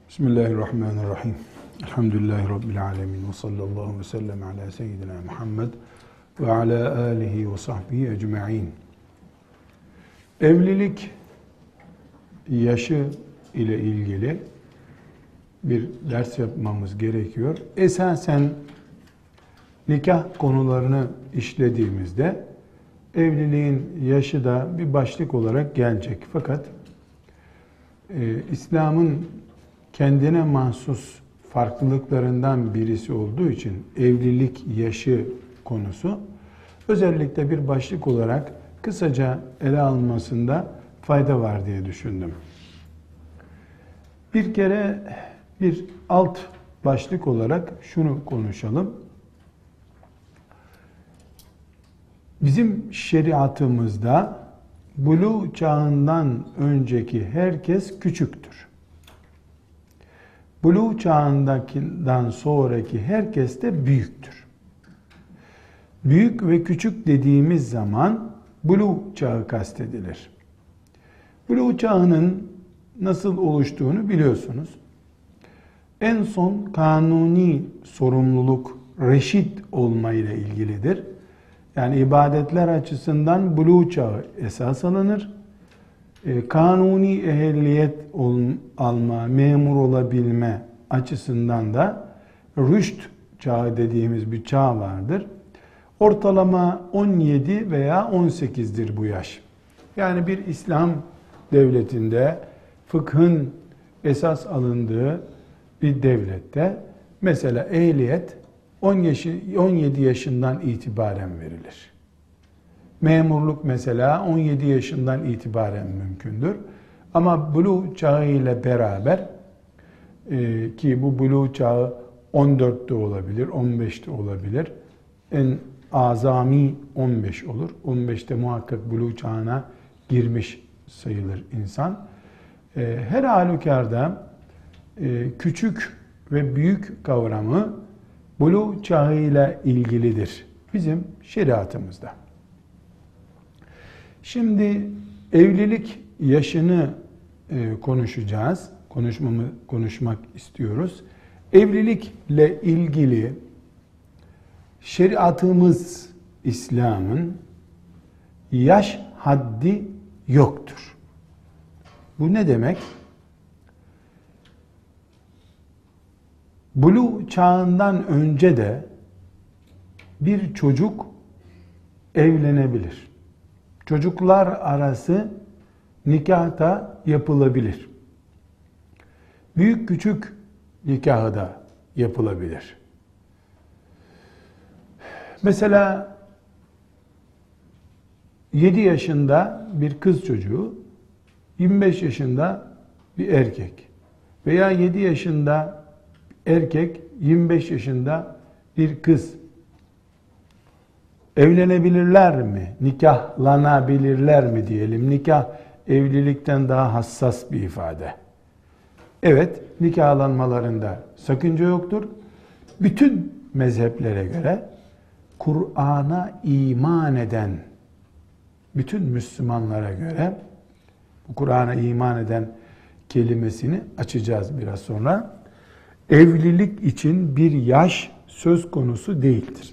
Bismillahirrahmanirrahim. Elhamdülillahi Rabbil alemin. Ve sallallahu ve sellem ala seyyidina Muhammed ve ala alihi ve sahbihi ecma'in. Evlilik yaşı ile ilgili bir ders yapmamız gerekiyor. Esasen nikah konularını işlediğimizde evliliğin yaşı da bir başlık olarak gelecek. Fakat İslam'ın kendine mahsus farklılıklarından birisi olduğu için evlilik yaşı konusu özellikle bir başlık olarak kısaca ele alınmasında fayda var diye düşündüm. Bir kere bir alt başlık olarak şunu konuşalım. Bizim şeriatımızda buluğ çağından önceki herkes küçüktür. Buluğ çağından sonraki herkes de büyüktür. Büyük ve küçük dediğimiz zaman buluğ çağı kastedilir. Buluğ çağının nasıl oluştuğunu biliyorsunuz. En son kanuni sorumluluk reşit olmayla ilgilidir. Yani ibadetler açısından buluğ çağı esas alınır. Kanuni ehliyet alma, memur olabilme açısından da rüşt çağı dediğimiz bir çağ vardır. Ortalama 17 veya 18'dir bu yaş. Yani bir İslam devletinde fıkhın esas alındığı bir devlette mesela ehliyet 17 yaşından itibaren verilir. Memurluk mesela 17 yaşından itibaren mümkündür. Ama buluğ çağı ile beraber ki bu buluğ çağı 14'te olabilir, 15'te olabilir. En azami 15 olur. 15'te muhakkak buluğ çağına girmiş sayılır insan. Her halükarda küçük ve büyük kavramı buluğ çağıyla ilgilidir bizim şeriatımızda. Şimdi evlilik yaşını konuşacağız. Konuşmak istiyoruz. Evlilikle ilgili şeriatımız İslam'ın yaş haddi yoktur. Bu ne demek? Buluğ çağından önce de bir çocuk evlenebilir. Çocuklar arası nikah da yapılabilir. Büyük küçük nikahı da yapılabilir. Mesela 7 yaşında bir kız çocuğu, 25 yaşında bir erkek veya 7 yaşında erkek, 25 yaşında bir kız evlenebilirler mi? Nikahlanabilirler mi diyelim? Nikah evlilikten daha hassas bir ifade. Evet, nikahlanmalarında sakınca yoktur. Bütün mezheplere göre Kur'an'a iman eden bütün Müslümanlara göre bu Kur'an'a iman eden kelimesini açacağız biraz sonra. Evlilik için bir yaş söz konusu değildir.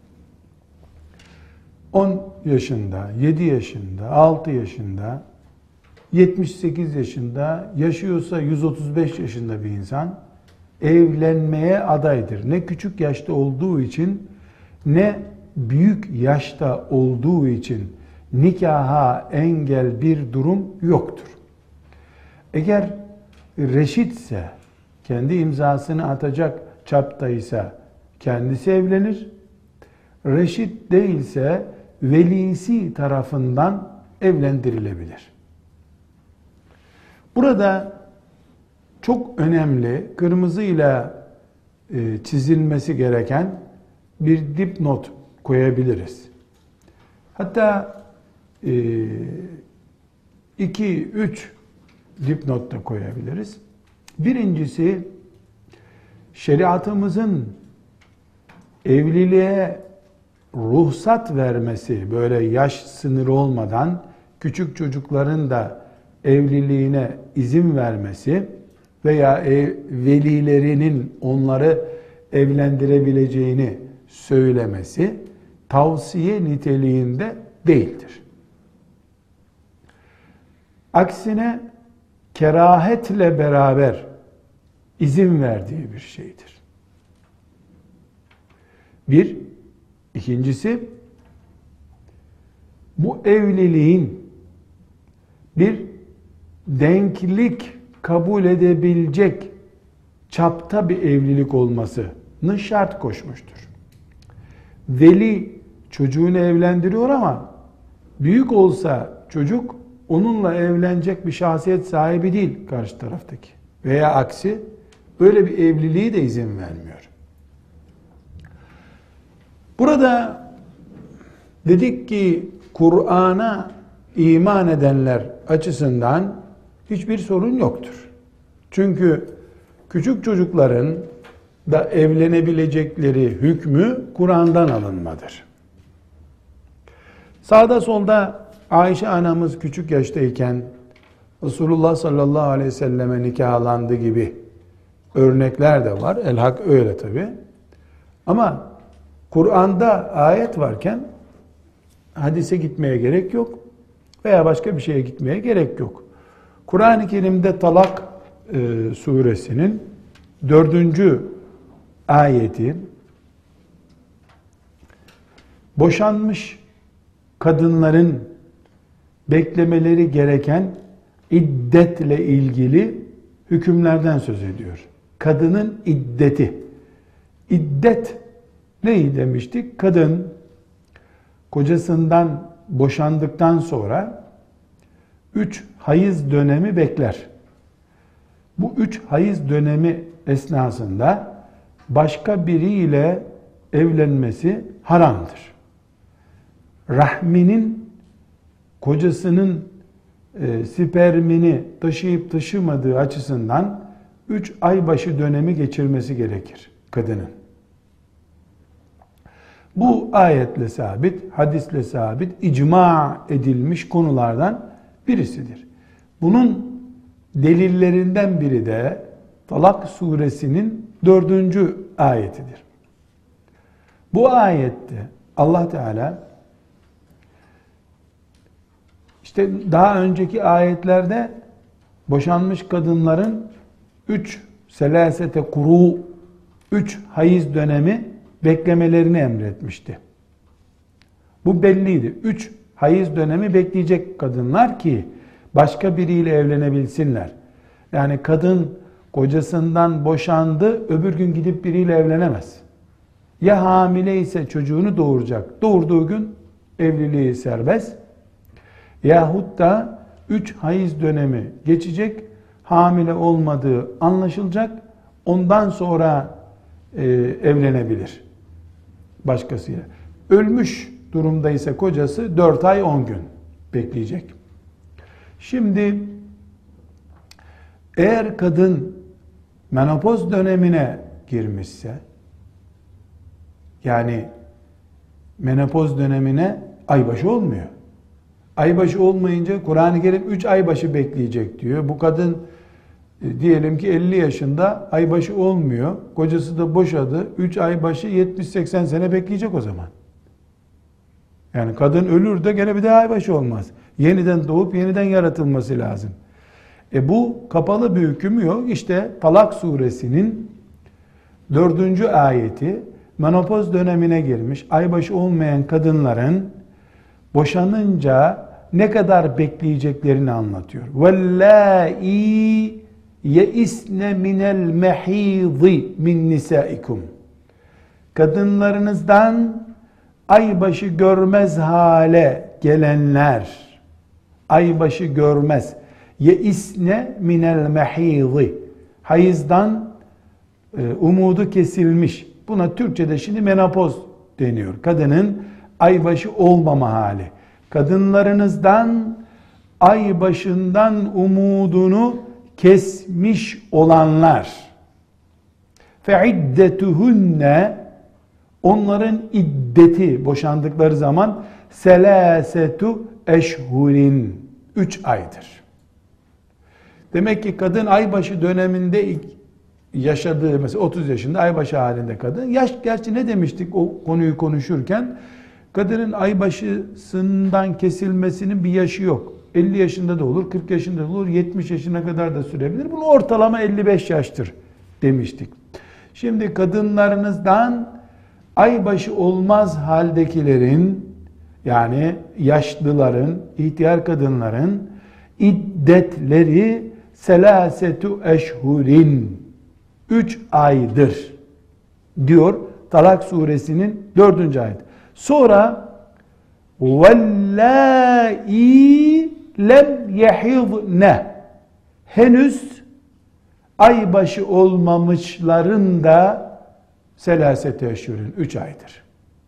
10 yaşında, 7 yaşında, 6 yaşında, 78 yaşında, yaşıyorsa 135 yaşında bir insan evlenmeye adaydır. Ne küçük yaşta olduğu için ne büyük yaşta olduğu için nikaha engel bir durum yoktur. Eğer reşitse, kendi imzasını atacak çaptaysa kendisi evlenir. Reşit değilse velisi tarafından evlendirilebilir. Burada çok önemli, kırmızıyla çizilmesi gereken bir dipnot koyabiliriz. Hatta 2-3 dipnot da koyabiliriz. Birincisi, şeriatımızın evliliğe ruhsat vermesi, böyle yaş sınırı olmadan küçük çocukların da evliliğine izin vermesi veya velilerinin onları evlendirebileceğini söylemesi tavsiye niteliğinde değildir. Aksine kerahetle beraber izin verdiği bir şeydir. Bir. İkincisi, bu evliliğin bir denklik kabul edebilecek çapta bir evlilik olmasını şart koşmuştur. Veli çocuğunu evlendiriyor ama büyük olsa çocuk onunla evlenecek bir şahsiyet sahibi değil karşı taraftaki. Veya aksi, böyle bir evliliğe de izin vermiyor. Burada dedik ki Kur'an'a iman edenler açısından hiçbir sorun yoktur. Çünkü küçük çocukların da evlenebilecekleri hükmü Kur'an'dan alınmadır. Sağda solda Ayşe anamız küçük yaştayken Resulullah sallallahu aleyhi ve selleme nikahlandı gibi örnekler de var. Elhak öyle tabi. Ama Kur'an'da ayet varken hadise gitmeye gerek yok veya başka bir şeye gitmeye gerek yok. Kur'an-ı Kerim'de Talak suresinin 4. ayeti boşanmış kadınların beklemeleri gereken iddetle ilgili hükümlerden söz ediyor. Kadının iddeti. İddet neyi demiştik? Kadın kocasından boşandıktan sonra 3 hayız dönemi bekler. Bu 3 hayız dönemi esnasında başka biriyle evlenmesi haramdır. Rahminin kocasının spermini taşıyıp taşımadığı açısından 3 aybaşı dönemi geçirmesi gerekir kadının. Bu ayetle sabit, hadisle sabit, icma edilmiş konulardan birisidir. Bunun delillerinden biri de Talak suresinin 4. ayetidir. Bu ayette Allah Teala işte daha önceki ayetlerde boşanmış kadınların 3 selasete kuru 3 hayız dönemi beklemelerini emretmişti. Bu belliydi. 3 hayız dönemi bekleyecek kadınlar ki başka biriyle evlenebilsinler. Yani kadın kocasından boşandı, öbür gün gidip biriyle evlenemez. Ya hamile ise çocuğunu doğuracak. Doğurduğu gün evliliği serbest. Yahut da 3 hayız dönemi geçecek, hamile olmadığı anlaşılacak, ondan sonra evlenebilir başkasıyla. Ölmüş durumda ise kocası 4 ay 10 gün bekleyecek. Şimdi eğer kadın menopoz dönemine girmişse, yani menopoz dönemine aybaşı olmuyor. Aybaşı olmayınca Kur'an-ı Kerim 3 aybaşı bekleyecek diyor. Bu kadın diyelim ki 50 yaşında aybaşı olmuyor. Kocası da boşadı. 3 aybaşı 70-80 sene bekleyecek o zaman. Yani kadın ölür de gene bir daha aybaşı olmaz. Yeniden doğup yeniden yaratılması lazım. Bu kapalı bir hüküm yok. İşte Talak suresinin 4. ayeti menopoz dönemine girmiş aybaşı olmayan kadınların boşanınca ne kadar bekleyeceklerini anlatıyor. وَاللَّائِي يَئِسْنَ مِنَ الْمَحِيضِ مِنْ نِسَائِكُمْ Kadınlarınızdan aybaşı görmez hale gelenler, aybaşı görmez. Yeisne minel mehîzi, hayızdan umudu kesilmiş. Buna Türkçe'de şimdi menopoz deniyor. Kadının aybaşı olmama hali. Kadınlarınızdan aybaşından umudunu kesmiş olanlar. Feiddetuhunne, onların iddeti boşandıkları zaman selâsetu eşhurin, 3 aydır. Demek ki kadın aybaşı döneminde yaşadığı, mesela 30 yaşında aybaşı halinde kadın. Yaş, gerçi ne demiştik o konuyu konuşurken? Kadının aybaşısından kesilmesinin bir yaşı yok. 50 yaşında da olur, 40 yaşında da olur, 70 yaşına kadar da sürebilir. Bunu ortalama 55 yaştır demiştik. Şimdi kadınlarınızdan aybaşı olmaz haldekilerin, yani yaşlıların, ihtiyar kadınların iddetleri selasetu eşhurin, 3 aydır diyor Talak suresinin 4. ayet. Sonra vellâi lem yehidne, henüz aybaşı olmamışların da selasete eşhurin, 3 aydır.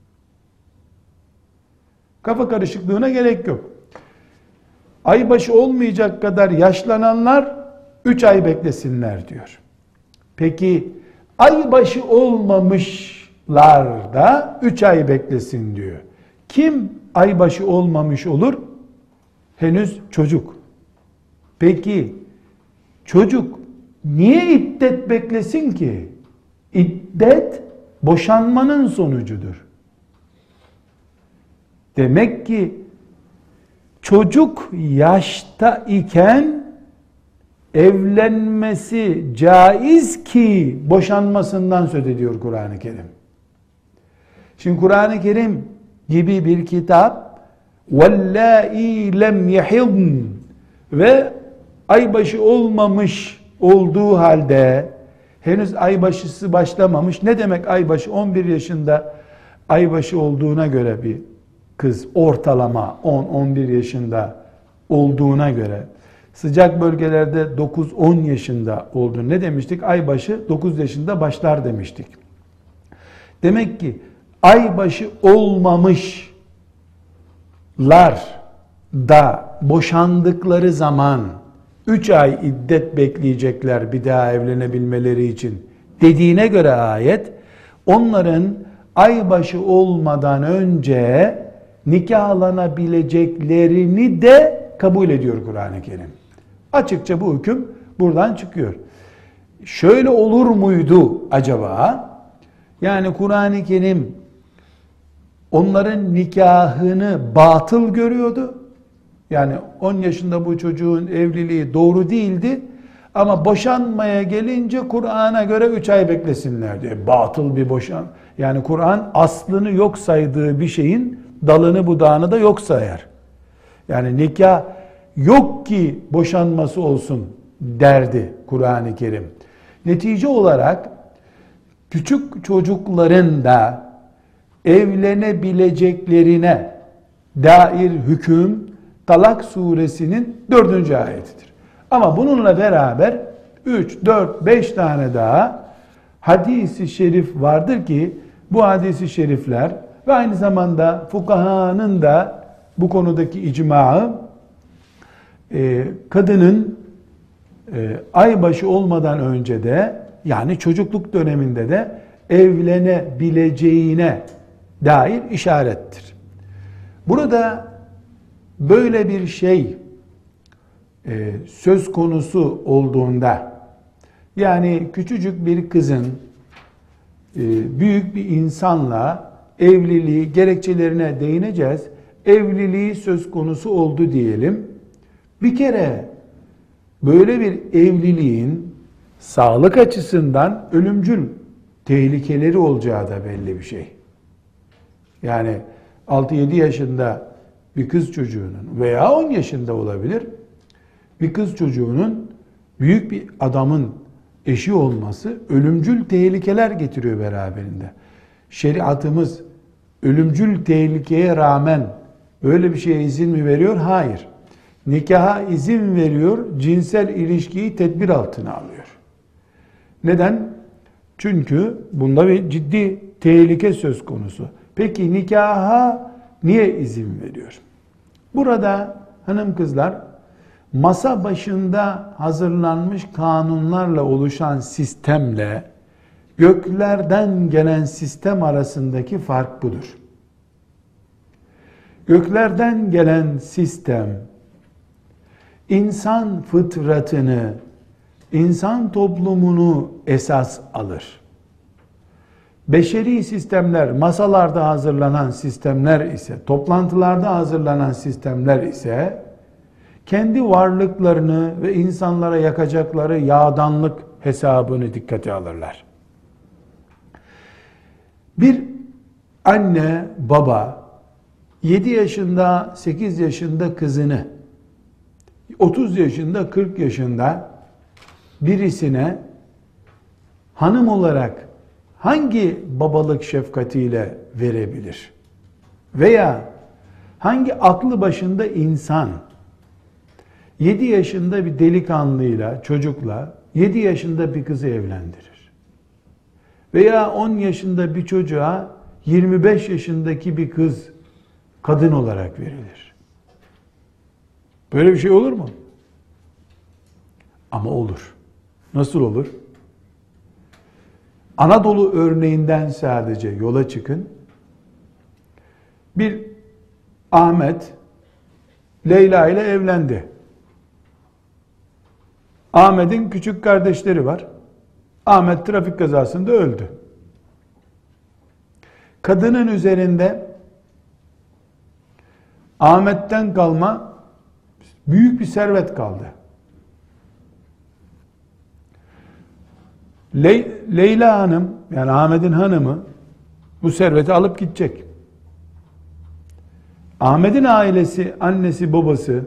Kafa karışıklığına gerek yok. Aybaşı olmayacak kadar yaşlananlar 3 ay beklesinler diyor. Peki aybaşı olmamışlar da 3 ay beklesin diyor. Kim aybaşı olmamış olur? Henüz çocuk. Peki çocuk niye iddet beklesin ki? İddet boşanmanın sonucudur. Demek ki çocuk yaşta iken evlenmesi caiz ki boşanmasından söz ediyor Kur'an-ı Kerim. Şimdi Kur'an-ı Kerim gibi bir kitap وَاللّٰئِي lem يَحِضْنَ ve aybaşı olmamış olduğu halde henüz aybaşısı başlamamış. Ne demek aybaşı? 11 yaşında aybaşı olduğuna göre bir kız ortalama 10-11 yaşında olduğuna göre, sıcak bölgelerde 9-10 yaşında olduğunu ne demiştik? Aybaşı 9 yaşında başlar demiştik. Demek ki aybaşı olmamışlar da boşandıkları zaman 3 ay iddet bekleyecekler bir daha evlenebilmeleri için dediğine göre ayet, onların aybaşı olmadan önce nikahlanabileceklerini de kabul ediyor Kur'an-ı Kerim. Açıkça bu hüküm buradan çıkıyor. Şöyle olur muydu acaba? Yani Kur'an-ı Kerim onların nikahını batıl görüyordu. Yani 10 yaşında bu çocuğun evliliği doğru değildi. Ama boşanmaya gelince Kur'an'a göre 3 ay beklesinler diye. Batıl bir boşan. Yani Kur'an aslını yok saydığı bir şeyin dalını budağını da yok sayar. Yani nikah yok ki boşanması olsun derdi Kur'an-ı Kerim. Netice olarak küçük çocukların da evlenebileceklerine dair hüküm Talak suresinin 4. ayetidir. Ama bununla beraber 3, 4, 5 tane daha hadis-i şerif vardır ki bu hadis-i şerifler ve aynı zamanda fukahanın da bu konudaki icmaı kadının aybaşı olmadan önce de, yani çocukluk döneminde de evlenebileceğine dair işarettir. Burada böyle bir şey söz konusu olduğunda, yani küçücük bir kızın büyük bir insanla evliliği gerekçelerine değineceğiz. Evliliği söz konusu oldu diyelim. Bir kere böyle bir evliliğin sağlık açısından ölümcül tehlikeleri olacağı da belli bir şey. Yani 6-7 yaşında bir kız çocuğunun veya 10 yaşında olabilir bir kız çocuğunun büyük bir adamın eşi olması ölümcül tehlikeler getiriyor beraberinde. Şeriatımız ölümcül tehlikeye rağmen böyle bir şeye izin mi veriyor? Hayır. Nikaha izin veriyor, cinsel ilişkiyi tedbir altına alıyor. Neden? Çünkü bunda bir ciddi tehlike söz konusu. Peki nikaha niye izin veriyor? Burada hanım kızlar, masa başında hazırlanmış kanunlarla oluşan sistemle göklerden gelen sistem arasındaki fark budur. Göklerden gelen sistem insan fıtratını, insan toplumunu esas alır. Beşeri sistemler, masalarda hazırlanan sistemler ise, toplantılarda hazırlanan sistemler ise, kendi varlıklarını ve insanlara yakacakları yağdanlık hesabını dikkate alırlar. Bir anne, baba, 7 yaşında, 8 yaşında kızını, 30 yaşında, 40 yaşında birisine hanım olarak hangi babalık şefkatiyle verebilir? Veya hangi aklı başında insan 7 yaşında bir delikanlıyla, çocukla 7 yaşında bir kızı evlendirir? Veya 10 yaşında bir çocuğa 25 yaşındaki bir kız kadın olarak verilir? Böyle bir şey olur mu? Ama olur. Nasıl olur? Anadolu örneğinden sadece yola çıkın. Bir Ahmet Leyla ile evlendi. Ahmet'in küçük kardeşleri var. Ahmet trafik kazasında öldü. Kadının üzerinde Ahmet'ten kalma büyük bir servet kaldı. Leyla Hanım, yani Ahmet'in hanımı bu serveti alıp gidecek. Ahmet'in ailesi, annesi, babası,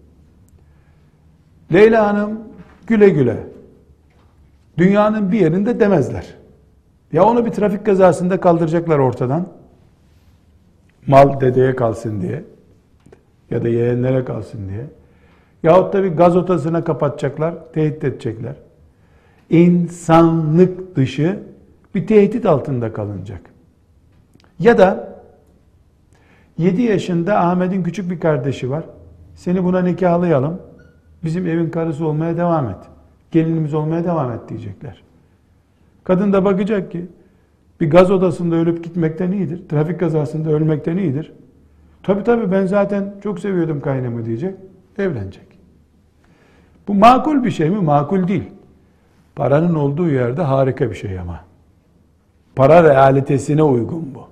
Leyla Hanım güle güle, dünyanın bir yerinde demezler. Ya onu bir trafik kazasında kaldıracaklar ortadan, mal dedeye kalsın diye ya da yeğenlere kalsın diye. Yahut da bir gazotasına kapatacaklar, tehdit edecekler. İnsanlık dışı bir tehdit altında kalınacak. Ya da 7 yaşında Ahmet'in küçük bir kardeşi var. Seni buna nikahlayalım. Bizim evin karısı olmaya devam et. Gelinimiz olmaya devam et diyecekler. Kadın da bakacak ki bir gaz odasında ölüp gitmekten iyidir. Trafik kazasında ölmekten iyidir. Tabii ben zaten çok seviyordum kaynımı diyecek. Evlenecek. Bu makul bir şey mi? Makul değil. Paranın olduğu yerde harika bir şey ama. Para realitesine uygun bu.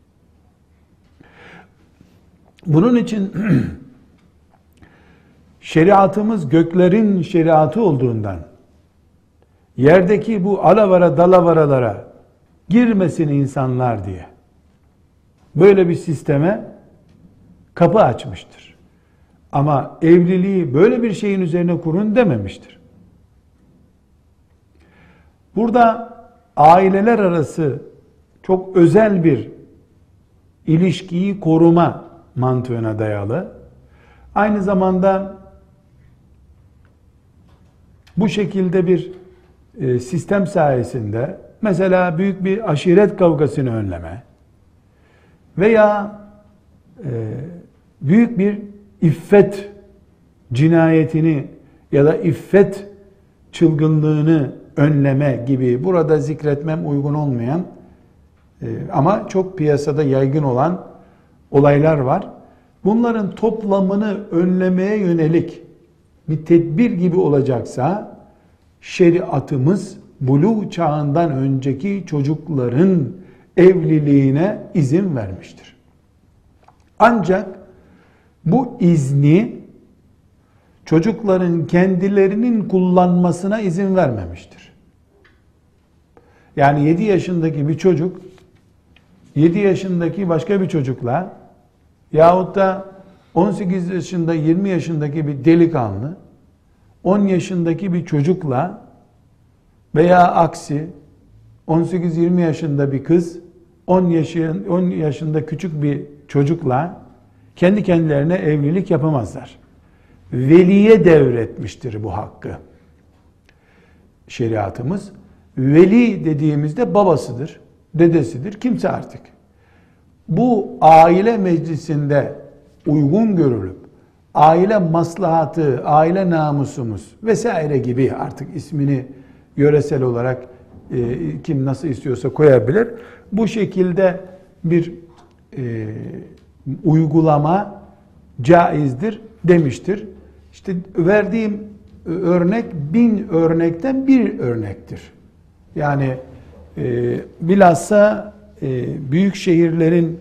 Bunun için şeriatımız göklerin şeriatı olduğundan yerdeki bu alavara dalavaralara girmesin insanlar diye böyle bir sisteme kapı açmıştır. Ama evliliği böyle bir şeyin üzerine kurun dememiştir. Burada aileler arası çok özel bir ilişkiyi koruma mantığına dayalı. Aynı zamanda bu şekilde bir sistem sayesinde mesela büyük bir aşiret kavgasını önleme veya büyük bir iffet cinayetini ya da iffet çılgınlığını önleme gibi burada zikretmem uygun olmayan ama çok piyasada yaygın olan olaylar var. Bunların toplamını önlemeye yönelik bir tedbir gibi olacaksa şeriatımız buluğ çağından önceki çocukların evliliğine izin vermiştir. Ancak bu izni çocukların kendilerinin kullanmasına izin vermemiştir. Yani 7 yaşındaki bir çocuk 7 yaşındaki başka bir çocukla yahut da 18 yaşında 20 yaşındaki bir delikanlı 10 yaşındaki bir çocukla veya aksi 18-20 yaşında bir kız 10 yaşında küçük bir çocukla kendi kendilerine evlilik yapamazlar. Veliye devretmiştir bu hakkı. Şeriatımız veli dediğimizde babasıdır, dedesidir, kimse artık. Bu aile meclisinde uygun görülüp aile maslahatı, aile namusumuz vesaire gibi artık ismini yöresel olarak kim nasıl istiyorsa koyabilir. Bu şekilde bir uygulama caizdir demiştir. İşte verdiğim örnek 1000 örnekten bir örnektir. Yani bilhassa büyük şehirlerin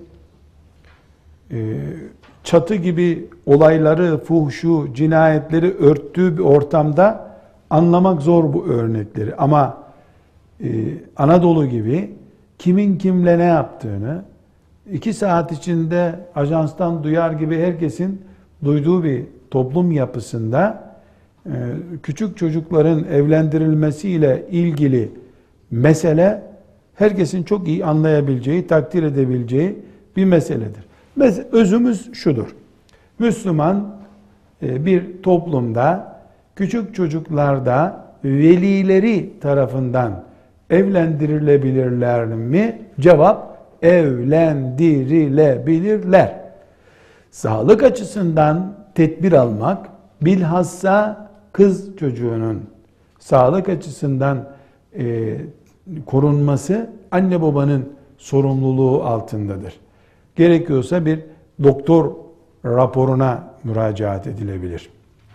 çatı gibi olayları, fuhşu, cinayetleri örttüğü bir ortamda anlamak zor bu örnekleri. Ama Anadolu gibi kimin kimle ne yaptığını 2 saat içinde ajanstan duyar gibi herkesin duyduğu bir toplum yapısında küçük çocukların evlendirilmesiyle ilgili mesele herkesin çok iyi anlayabileceği, takdir edebileceği bir meseledir. Özümüz şudur. Müslüman bir toplumda küçük çocuklarda velileri tarafından evlendirilebilirler mi? Cevap evlendirilebilirler. Sağlık açısından tedbir almak, bilhassa kız çocuğunun sağlık açısından korunması anne babanın sorumluluğu altındadır. Gerekiyorsa bir doktor raporuna müracaat edilebilir.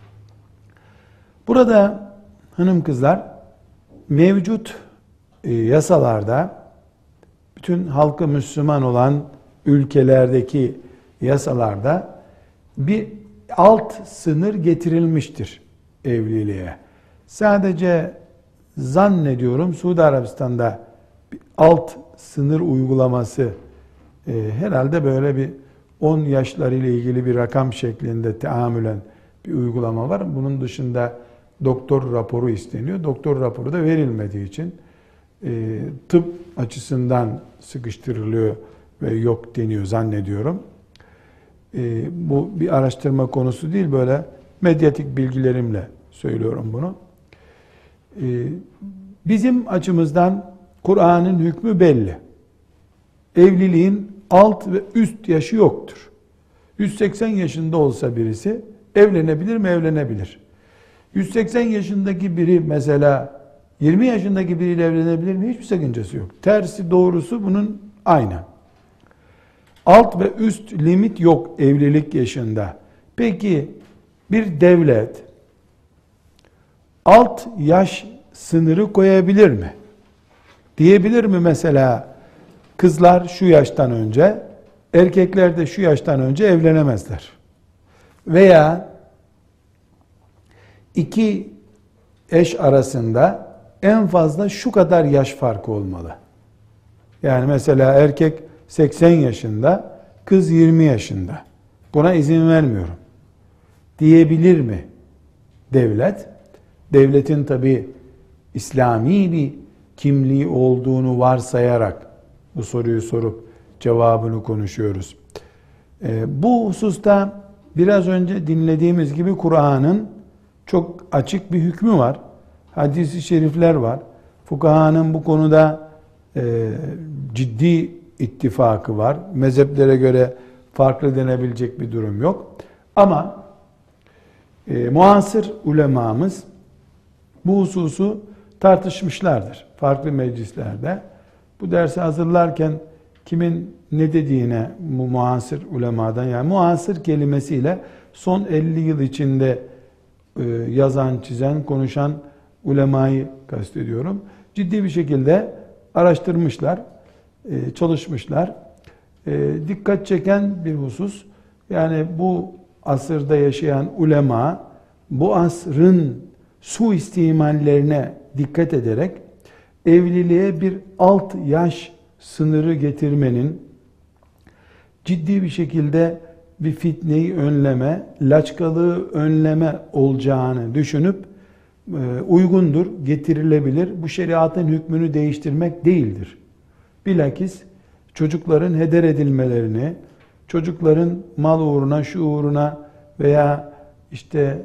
Burada hanım kızlar mevcut yasalarda bütün halkı Müslüman olan ülkelerdeki yasalarda bir alt sınır getirilmiştir evliliğe. Sadece zannediyorum Suudi Arabistan'da bir alt sınır uygulaması herhalde böyle bir 10 yaşları ile ilgili bir rakam şeklinde teamülen bir uygulama var. Bunun dışında doktor raporu isteniyor. Doktor raporu da verilmediği için tıp açısından sıkıştırılıyor ve yok deniyor zannediyorum. Bu bir araştırma konusu değil, böyle medyatik bilgilerimle söylüyorum bunu. Bizim açımızdan Kur'an'ın hükmü belli. Evliliğin alt ve üst yaşı yoktur. 180 yaşında olsa birisi evlenebilir mi? Evlenebilir. 180 yaşındaki biri mesela 20 yaşındaki biriyle evlenebilir mi? Hiçbir sakıncası yok. Tersi doğrusu bunun aynı. Alt ve üst limit yok evlilik yaşında. Peki bir devlet alt yaş sınırı koyabilir mi? Diyebilir mi mesela kızlar şu yaştan önce, erkekler de şu yaştan önce evlenemezler? Veya iki eş arasında en fazla şu kadar yaş farkı olmalı. Yani mesela erkek 80 yaşında, kız 20 yaşında. Buna izin vermiyorum diyebilir mi devlet? Devletin tabi İslami bir kimliği olduğunu varsayarak bu soruyu sorup cevabını konuşuyoruz. Bu hususta biraz önce dinlediğimiz gibi Kur'an'ın çok açık bir hükmü var. Hadis-i şerifler var. Fukahanın bu konuda ciddi ittifakı var. Mezheplere göre farklı denebilecek bir durum yok. Ama muasır ulemamız bu hususu tartışmışlardır farklı meclislerde. Bu dersi hazırlarken kimin ne dediğine bu muasır ulemadan, yani muasır kelimesiyle son 50 yıl içinde yazan, çizen, konuşan ulemayı kastediyorum. Ciddi bir şekilde araştırmışlar, çalışmışlar. Dikkat çeken bir husus, yani bu asırda yaşayan ulema bu asrın suistimallerine dikkat ederek evliliğe bir alt yaş sınırı getirmenin ciddi bir şekilde bir fitneyi önleme, laçkalığı önleme olacağını düşünüp uygundur, getirilebilir. Bu şeriatın hükmünü değiştirmek değildir. Bilakis çocukların heder edilmelerini, çocukların mal uğruna, şu uğruna veya işte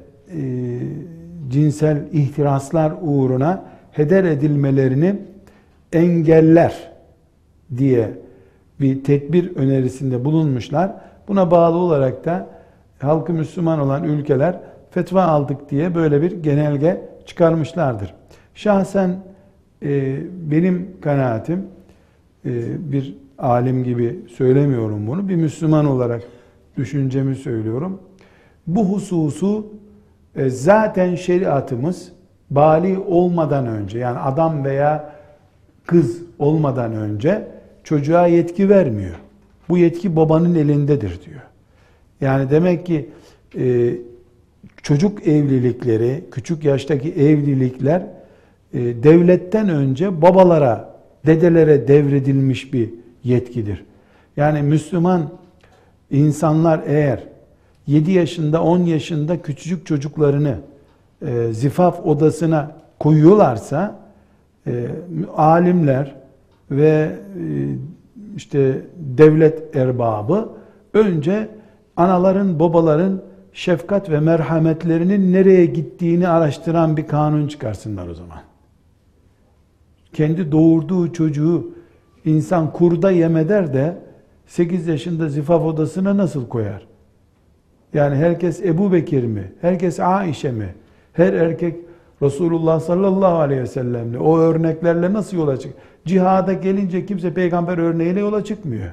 cinsel ihtiraslar uğruna heder edilmelerini engeller diye bir tedbir önerisinde bulunmuşlar. Buna bağlı olarak da halkı Müslüman olan ülkeler fetva aldık diye böyle bir genelge çıkarmışlardır. Şahsen benim kanaatim, bir alim gibi söylemiyorum bunu, bir Müslüman olarak düşüncemi söylüyorum. Bu hususu Zaten şeriatımız bali olmadan önce, yani adam veya kız olmadan önce çocuğa yetki vermiyor. Bu yetki babanın elindedir diyor. Yani demek ki çocuk evlilikleri, küçük yaştaki evlilikler devletten önce babalara, dedelere devredilmiş bir yetkidir. Yani Müslüman insanlar eğer 7 yaşında, 10 yaşında küçücük çocuklarını zifaf odasına koyuyorlarsa, alimler ve işte devlet erbabı önce anaların, babaların şefkat ve merhametlerinin nereye gittiğini araştıran bir kanun çıkarsınlar o zaman. Kendi doğurduğu çocuğu insan kurda yem eder de 8 yaşında zifaf odasına nasıl koyar? Yani herkes Ebu Bekir mi? Herkes Aişe mi? Her erkek Resulullah sallallahu aleyhi ve sellemle, o örneklerle nasıl yola çık? Cihada gelince kimse peygamber örneğiyle yola çıkmıyor.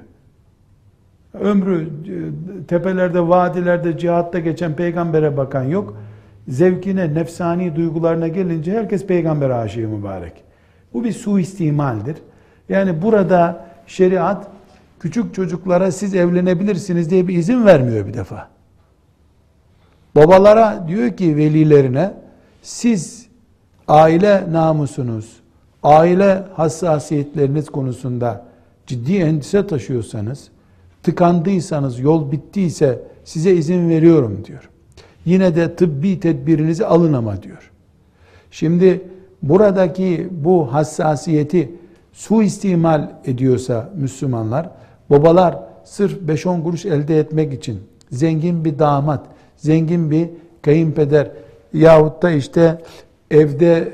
Ömrü tepelerde, vadilerde, cihatta geçen peygambere bakan yok. Zevkine, nefsani duygularına gelince herkes peygamber aşığı mübarek. Bu bir suistimaldir. Yani burada şeriat küçük çocuklara siz evlenebilirsiniz diye bir izin vermiyor bir defa. Babalara diyor ki velilerine, siz aile namusunuz, aile hassasiyetleriniz konusunda ciddi endişe taşıyorsanız, tıkandıysanız, yol bittiyse size izin veriyorum diyor. Yine de tıbbi tedbirinizi alın ama diyor. Şimdi buradaki bu hassasiyeti suistimal ediyorsa Müslümanlar, babalar sırf 5-10 kuruş elde etmek için zengin bir damat, zengin bir kayınpeder yahut da işte evde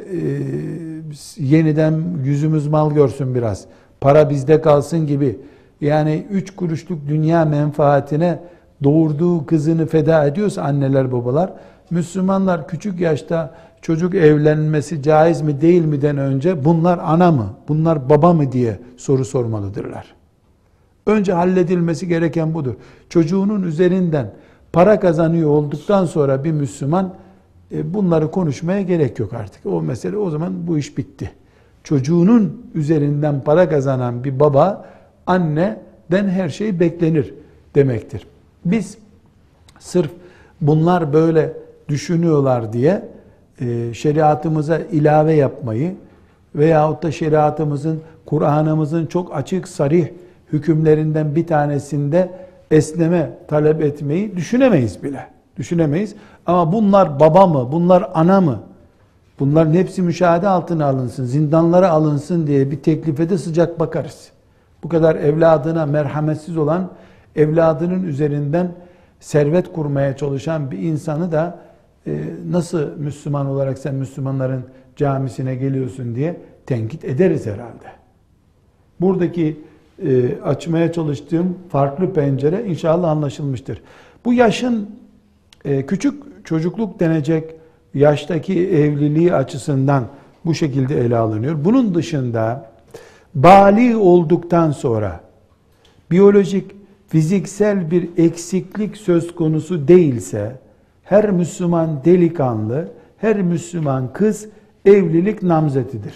yeniden yüzümüz mal görsün biraz, para bizde kalsın gibi, yani 3 kuruşluk dünya menfaatine doğurduğu kızını feda ediyorsa anneler babalar, Müslümanlar küçük yaşta çocuk evlenmesi caiz mi değil mi'den önce bunlar ana mı, bunlar baba mı diye soru sormalıdırlar. Önce halledilmesi gereken budur. Çocuğunun üzerinden para kazanıyor olduktan sonra bir Müslüman bunları konuşmaya gerek yok artık. O mesele, o zaman bu iş bitti. Çocuğunun üzerinden para kazanan bir baba, anneden her şey beklenir demektir. Biz sırf bunlar böyle düşünüyorlar diye şeriatımıza ilave yapmayı veyahut da şeriatımızın, Kur'an'ımızın çok açık, sarih hükümlerinden bir tanesinde esneme talep etmeyi düşünemeyiz bile. Düşünemeyiz. Ama bunlar baba mı, bunlar ana mı? Bunların hepsi müşahede altına alınsın, zindanlara alınsın diye bir teklife de sıcak bakarız. Bu kadar evladına merhametsiz olan, evladının üzerinden servet kurmaya çalışan bir insanı da nasıl Müslüman olarak sen Müslümanların camisine geliyorsun diye tenkit ederiz herhalde. Buradaki açmaya çalıştığım farklı pencere inşallah anlaşılmıştır. Bu yaşın küçük çocukluk denecek yaştaki evliliği açısından bu şekilde ele alınıyor. Bunun dışında bali olduktan sonra biyolojik, fiziksel bir eksiklik söz konusu değilse her Müslüman delikanlı, her Müslüman kız evlilik namzetidir.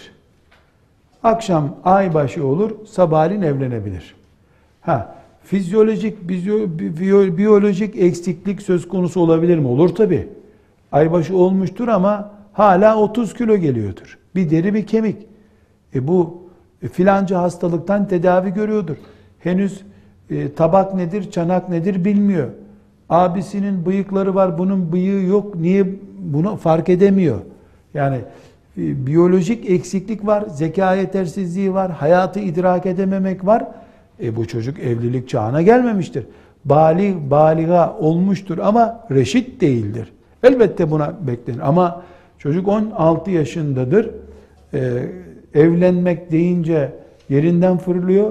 Akşam aybaşı olur, sabahleyin evlenebilir. Fizyolojik, biyolojik eksiklik söz konusu olabilir mi? Olur tabii. Aybaşı olmuştur ama hala 30 kilo geliyordur. Bir deri bir kemik. Bu filanca hastalıktan tedavi görüyordur. Henüz tabak nedir, çanak nedir bilmiyor. Abisinin bıyıkları var, bunun bıyığı yok. Niye bunu fark edemiyor? Yani biyolojik eksiklik var, zeka yetersizliği var, hayatı idrak edememek var. Bu çocuk evlilik çağına gelmemiştir. Baliga olmuştur ama reşit değildir. Elbette buna beklenir. Ama çocuk 16 yaşındadır. Evlenmek deyince yerinden fırlıyor.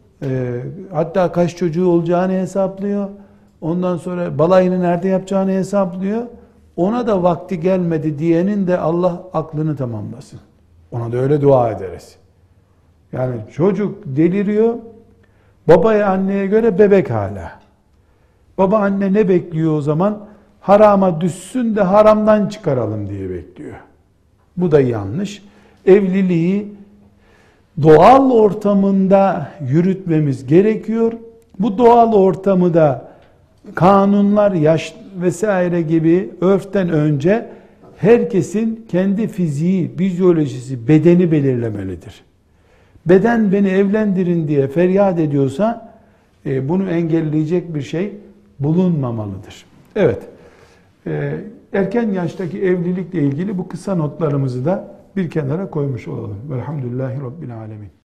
Hatta kaç çocuğu olacağını hesaplıyor. Ondan sonra balayını nerede yapacağını hesaplıyor. Ona da vakti gelmedi diyenin de Allah aklını tamamlasın. Ona da öyle dua ederiz. Yani çocuk deliriyor. Babaya anneye göre bebek hala. Baba anne ne bekliyor o zaman? harama düşsün de haramdan çıkaralım diye bekliyor. Bu da yanlış. Evliliği doğal ortamında yürütmemiz gerekiyor. Bu doğal ortamı da kanunlar, yaş vesaire gibi örften önce herkesin kendi fiziği, fizyolojisi, bedeni belirlemelidir. Beden beni evlendirin diye feryat ediyorsa bunu engelleyecek bir şey bulunmamalıdır. Evet, erken yaştaki evlilikle ilgili bu kısa notlarımızı da bir kenara koymuş olalım. Velhamdülillahi Rabbil Alemin.